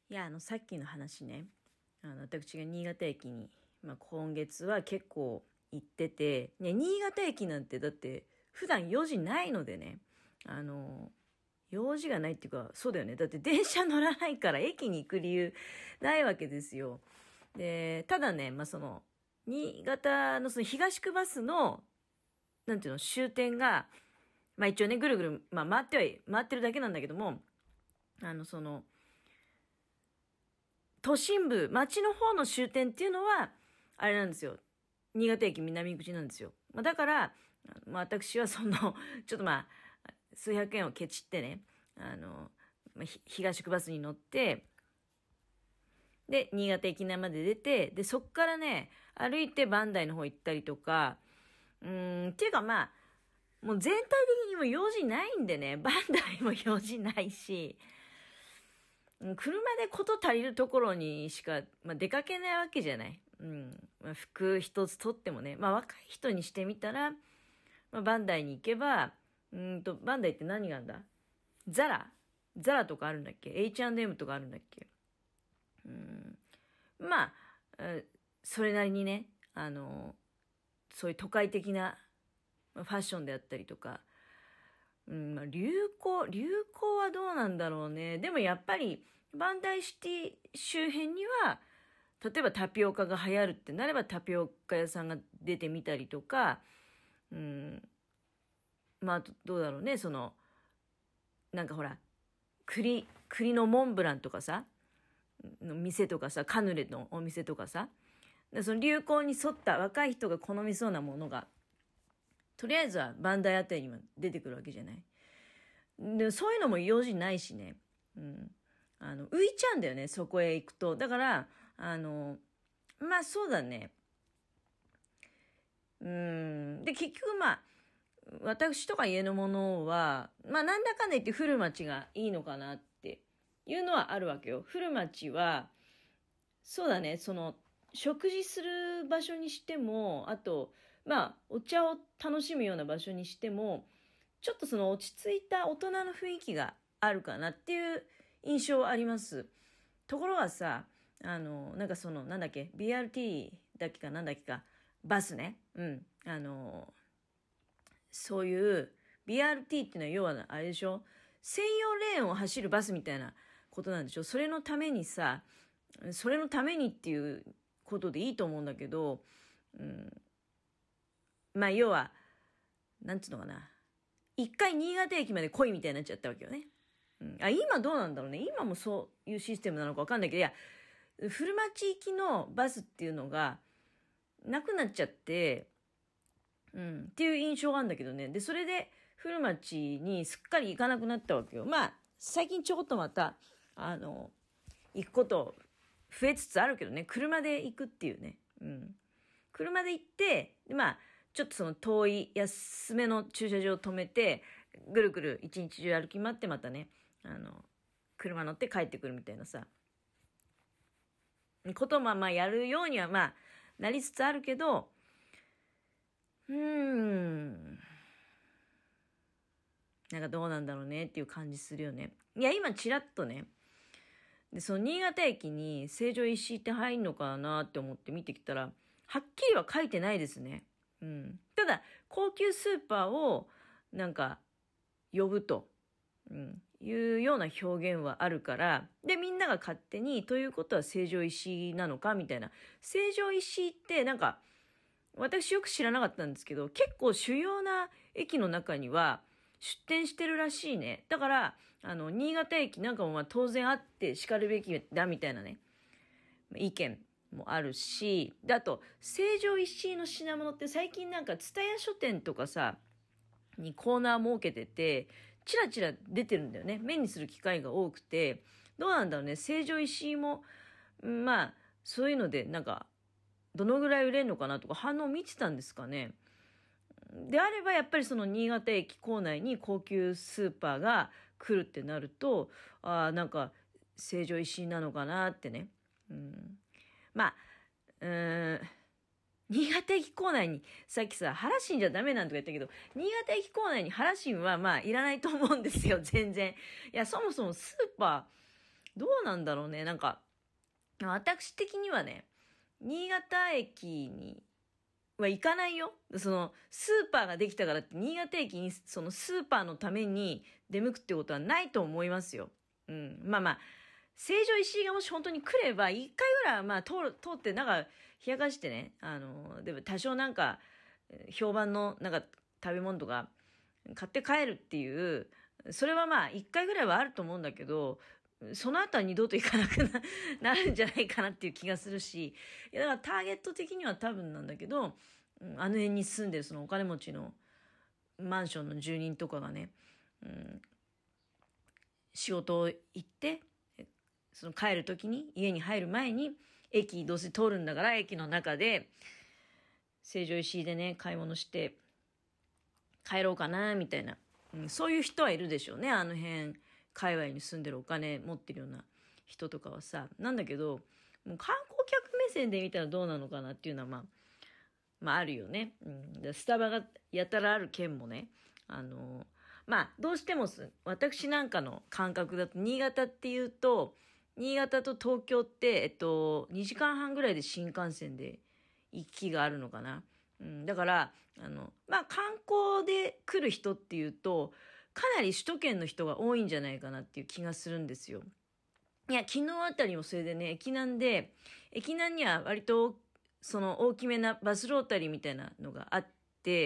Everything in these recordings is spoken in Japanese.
いや、さっきの話ね、私が新潟駅に、今月は結構行ってて、ね、新潟駅なんてだって普段用事ないのでね、あの、用事がないっていうか、そうだよね。だって電車乗らないから駅に行く理由ないわけですよ。で、ただね、新潟のその東区バスの、なんていうの、終点が、一応ね、ぐるぐる、回ってるだけなんだけども、あの、その、都心部、町の方の終点っていうのは、あれなんですよ。新潟駅南口なんですよ。だから、私はちょっと数百円をケチってね、東区バスに乗って、で、新潟駅南まで出て、で、そっからね、歩いて磐梯の方行ったりとか、っていうかもう全体的にも用事ないんでね、磐梯も用事ないし、車で事足りるところにしか、出かけないわけじゃない。服一つとってもね、若い人にしてみたら、バンダイに行けば、バンダイって何があるんだ？ザラとかあるんだっけ？ H&M とかあるんだっけ？まあ、それなりにね、そういう都会的なファッションであったりとか、流行はどうなんだろうね。でもやっぱり、バンダイシティ周辺には、例えばタピオカが流行るってなればタピオカ屋さんが出てみたりとか、どうだろうね、なんかほら、栗のモンブランとかさ、の店とかさ、カヌレのお店とかさ、その流行に沿った若い人が好みそうなものが、とりあえずはバンダイあたりには出てくるわけじゃない。で、そういうのも用事ないしね。浮いちゃうんだよね、そこへ行くと。だから、そうだね。で、結局私とか家のものは、なんだかんだ言って古町がいいのかなっていうのはあるわけよ。古町は、そうだね、食事する場所にしても、あと、お茶を楽しむような場所にしても、ちょっと落ち着いた大人の雰囲気があるかなっていう印象はあります。ところがさ、なんだっけ、BRT だっけかなんだっけか、バスね。そういう BRT っていうのは要はあれでしょ？専用レーンを走るバスみたいなことなんでしょ？それのためにっていうことでいいと思うんだけど、要は、なんつうのかな。一回新潟駅まで来いみたいになっちゃったわけよね。今どうなんだろうね。今もそういうシステムなのかわかんないけど、いや、古町行きのバスっていうのがなくなっちゃって、っていう印象があるんだけどね。で、それで古町にすっかり行かなくなったわけよ。最近ちょこっとまた、行くこと増えつつあるけどね。車で行くっていうね。車で行って、で、ちょっと遠い安めの駐車場を止めて、ぐるぐる一日中歩き回ってまたね、車乗って帰ってくるみたいなさ、ことをやるようにはなりつつあるけど、なんかどうなんだろうねっていう感じするよね。いや、今ちらっとね、で、新潟駅に成城石井って入んのかなって思って見てきたら、はっきりは書いてないですね。ただ、高級スーパーをなんか呼ぶと、いうような表現はあるから、で、みんなが勝手に、ということは成城石井なのかみたいな。成城石井ってなんか、私よく知らなかったんですけど、結構主要な駅の中には出店してるらしいね。だから、新潟駅なんかも当然あって叱るべきだみたいなね、意見もあるし、で、あと、成城石井の品物って最近なんか、蔦屋書店とかさ、にコーナー設けてて、チラチラ出てるんだよね。目にする機会が多くて、どうなんだろうね。成城石井も、そういうので、なんか、どのぐらい売れるのかなとか反応見てたんですかね。であれば、やっぱり新潟駅構内に高級スーパーが来るってなると、なんか、成城石井なのかなってね。新潟駅構内に、さっきさ、原新じゃダメなんとか言ったけど、新潟駅構内に原新はいらないと思うんですよ、全然。いや、そもそもスーパー、 どうなんだろうね。なんか、私的にはね、新潟駅には行かないよ。その、スーパーができたからって、新潟駅にそのスーパーのために出向くってことはないと思いますよ。うん。まあまあ、成城石井がもし本当に来れば、一回ぐらいはまあ通って、なんか、冷やかしてね、でも多少なんか、評判のなんか食べ物とか買って帰るっていう、それはまあ一回ぐらいはあると思うんだけど、その後は二度と行かなくなるんじゃないかなっていう気がするし、いやだからターゲット的には多分なんだけど、あの辺に住んでるそのお金持ちのマンションの住人とかがね、うん、仕事行って、その帰る時に、家に入る前に、駅どうせ通るんだから、駅の中で、成城石井でね、買い物して、帰ろうかな、みたいな。そういう人はいるでしょうね、あの辺。界隈に住んでるお金持ってるような人とかはさ。なんだけど、もう観光客目線で見たらどうなのかなっていうのは、まああるよね。でスタバがやたらある県もね、まあどうしても私なんかの感覚だと、新潟っていうと、新潟と東京って、2時間半ぐらいで新幹線で行き来があるのかな。だから、まあ観光で来る人っていうと、かなり首都圏の人が多いんじゃないかなっていう気がするんですよ。いや、昨日あたりもそれでね、駅南には割とその大きめなバスロータリーみたいなのがあって、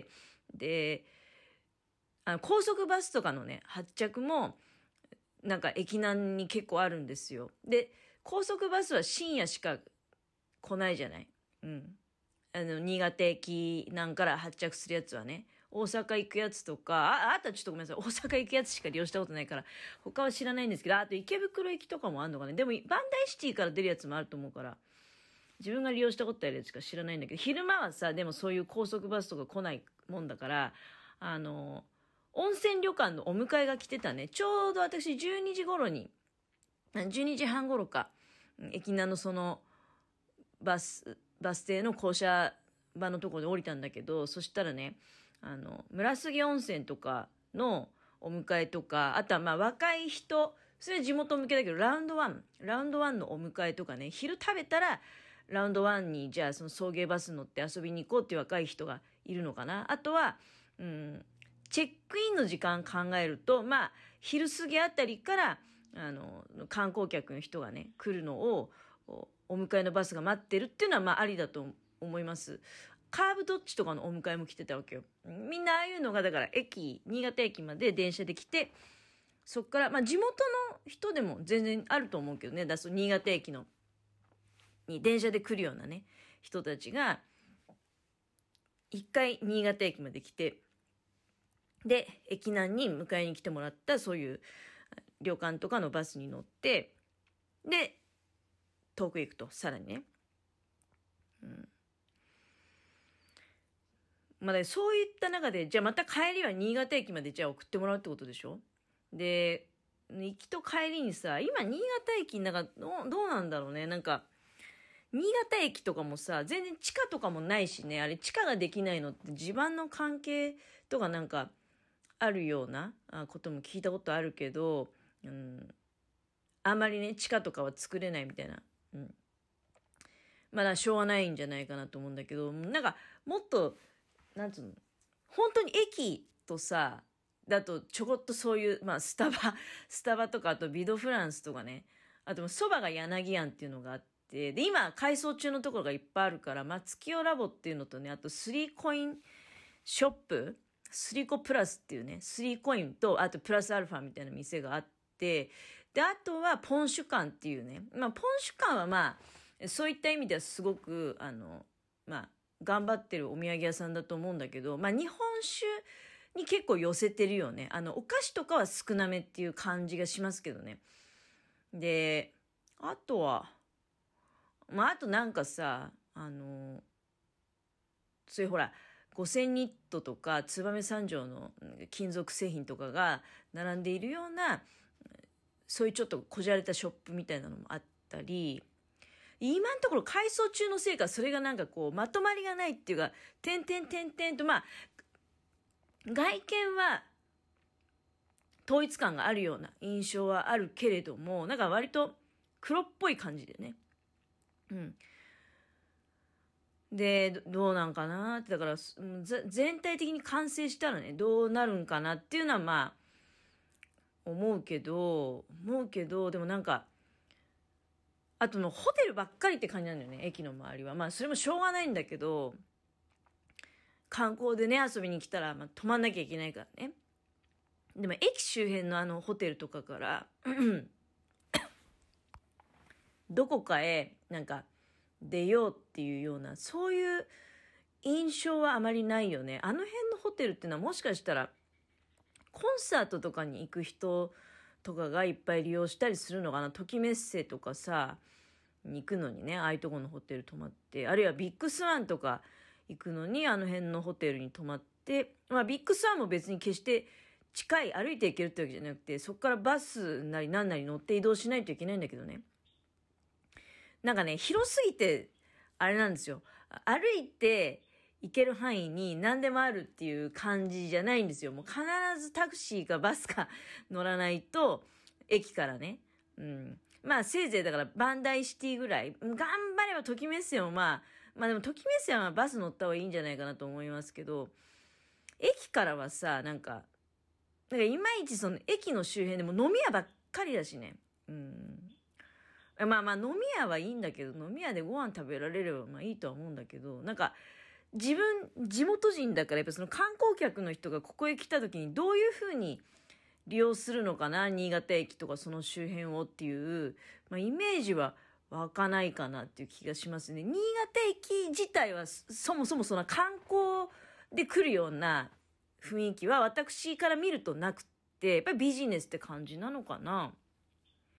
で、高速バスとかのね、発着も、なんか駅南に結構あるんですよ。で、高速バスは深夜しか来ないじゃない。うん。新潟駅なんから発着するやつはね。大阪行くやつとか、あとはちょっとごめんなさい。大阪行くやつしか利用したことないから、他は知らないんですけど、あと池袋行きとかもあるのかね。でも、バンダイシティから出るやつもあると思うから、自分が利用したことあるやつしか知らないんだけど、昼間はさ、でもそういう高速バスとか来ないもんだから、温泉旅館のお迎えが来てたね。ちょうど私12時頃に、12時半頃か、駅南のその、バス停の降車場のところで降りたんだけど、そしたらね、村杉温泉とかのお迎えとか、あとはまあ若い人、それは地元向けだけど、ラウンドワンのお迎えとかね、昼食べたら、ラウンドワンに、じゃあその送迎バス乗って遊びに行こうっていう若い人がいるのかな。あとは、チェックインの時間考えると、まあ、昼過ぎあたりから、観光客の人がね、来るのを、お迎えのバスが待ってるっていうのは、まあ、ありだと思います。カーブドッジとかのお迎えも来てたわけよ。みんなああいうのが、だから新潟駅まで電車で来て、そっから、まあ、地元の人でも全然あると思うけどね、新潟駅に電車で来るようなね、人たちが、一回新潟駅まで来て、で、駅南に迎えに来てもらったそういう旅館とかのバスに乗って、で、遠く行くと、さらにね。まあ、そういった中で、じゃあまた帰りは新潟駅までじゃあ送ってもらうってことでしょ。で、行きと帰りにさ、今新潟駅なんかどうなんだろうね。なんか、新潟駅とかもさ、全然地下とかもないしね、あれ地下ができないのって地盤の関係とかなんかあるようなことも聞いたことあるけど、あんまりね、地下とかは作れないみたいな。まだしょうがないんじゃないかなと思うんだけど、なんかもっと、なんつうの、本当に駅とさ、だとちょこっとそういう、まあスタバとか、あとビドフランスとかね、あとそばが柳庵っていうのがあって、で、今改装中のところがいっぱいあるから、松清ラボっていうのとね、あとスリーコインショップ、スリコプラスっていうね、スリーコインと、あとプラスアルファみたいな店があって、で、あとはポンシュ館っていうね、まあポンシュ館はまあ、そういった意味ではすごく、まあ、頑張ってるお土産屋さんだと思うんだけど、まあ日本酒に結構寄せてるよね。お菓子とかは少なめっていう感じがしますけどね。で、あとは、まああとなんかさ、そういうほら、5000ニットとか燕三条の金属製品とかが並んでいるような、そういうちょっとこじゃれたショップみたいなのもあったり、今のところ改装中のせいかそれがなんかこうまとまりがないっていうか、点々と、まあ外見は統一感があるような印象はあるけれども、なんか割と黒っぽい感じでね。うん。で、どうなんかなって、だから、全体的に完成したらね、どうなるんかなっていうのはまあ、思うけど、でもなんか、あともうホテルばっかりって感じなんだよね、駅の周りは。まあ、それもしょうがないんだけど、観光でね、遊びに来たら、まあ、泊まんなきゃいけないからね。でも、駅周辺のホテルとかから、どこかへ、なんか、出ようっていうような、そういう印象はあまりないよね。あの辺のホテルっていうのはもしかしたら、コンサートとかに行く人とかがいっぱい利用したりするのかな。ときメッセとかさ、に行くのにね、ああいうとこのホテル泊まって、あるいはビッグスワンとか行くのに、あの辺のホテルに泊まって、まあビッグスワンも別に決して近い、歩いて行けるってわけじゃなくて、そこからバスなりなんなり乗って移動しないといけないんだけどね。なんかね、広すぎて、あれなんですよ。歩いて行ける範囲に何でもあるっていう感じじゃないんですよ。もう必ずタクシーかバスか乗らないと、駅からね。うん。まあ、せいぜいだからバンダイシティぐらい。頑張ればときめっせもまあでもときめっせはバス乗った方がいいんじゃないかなと思いますけど、駅からはさ、なんかいまいちその駅の周辺でも飲み屋ばっかりだしね。うん。まあまあ飲み屋はいいんだけど、飲み屋でご飯食べられればまあいいとは思うんだけど、なんか地元人だからやっぱその観光客の人がここへ来た時にどういうふうに利用するのかな、新潟駅とかその周辺をっていう、まあ、イメージは湧かないかなっていう気がしますね。新潟駅自体はそもそもその観光で来るような雰囲気は私から見るとなくって、やっぱりビジネスって感じなのかな。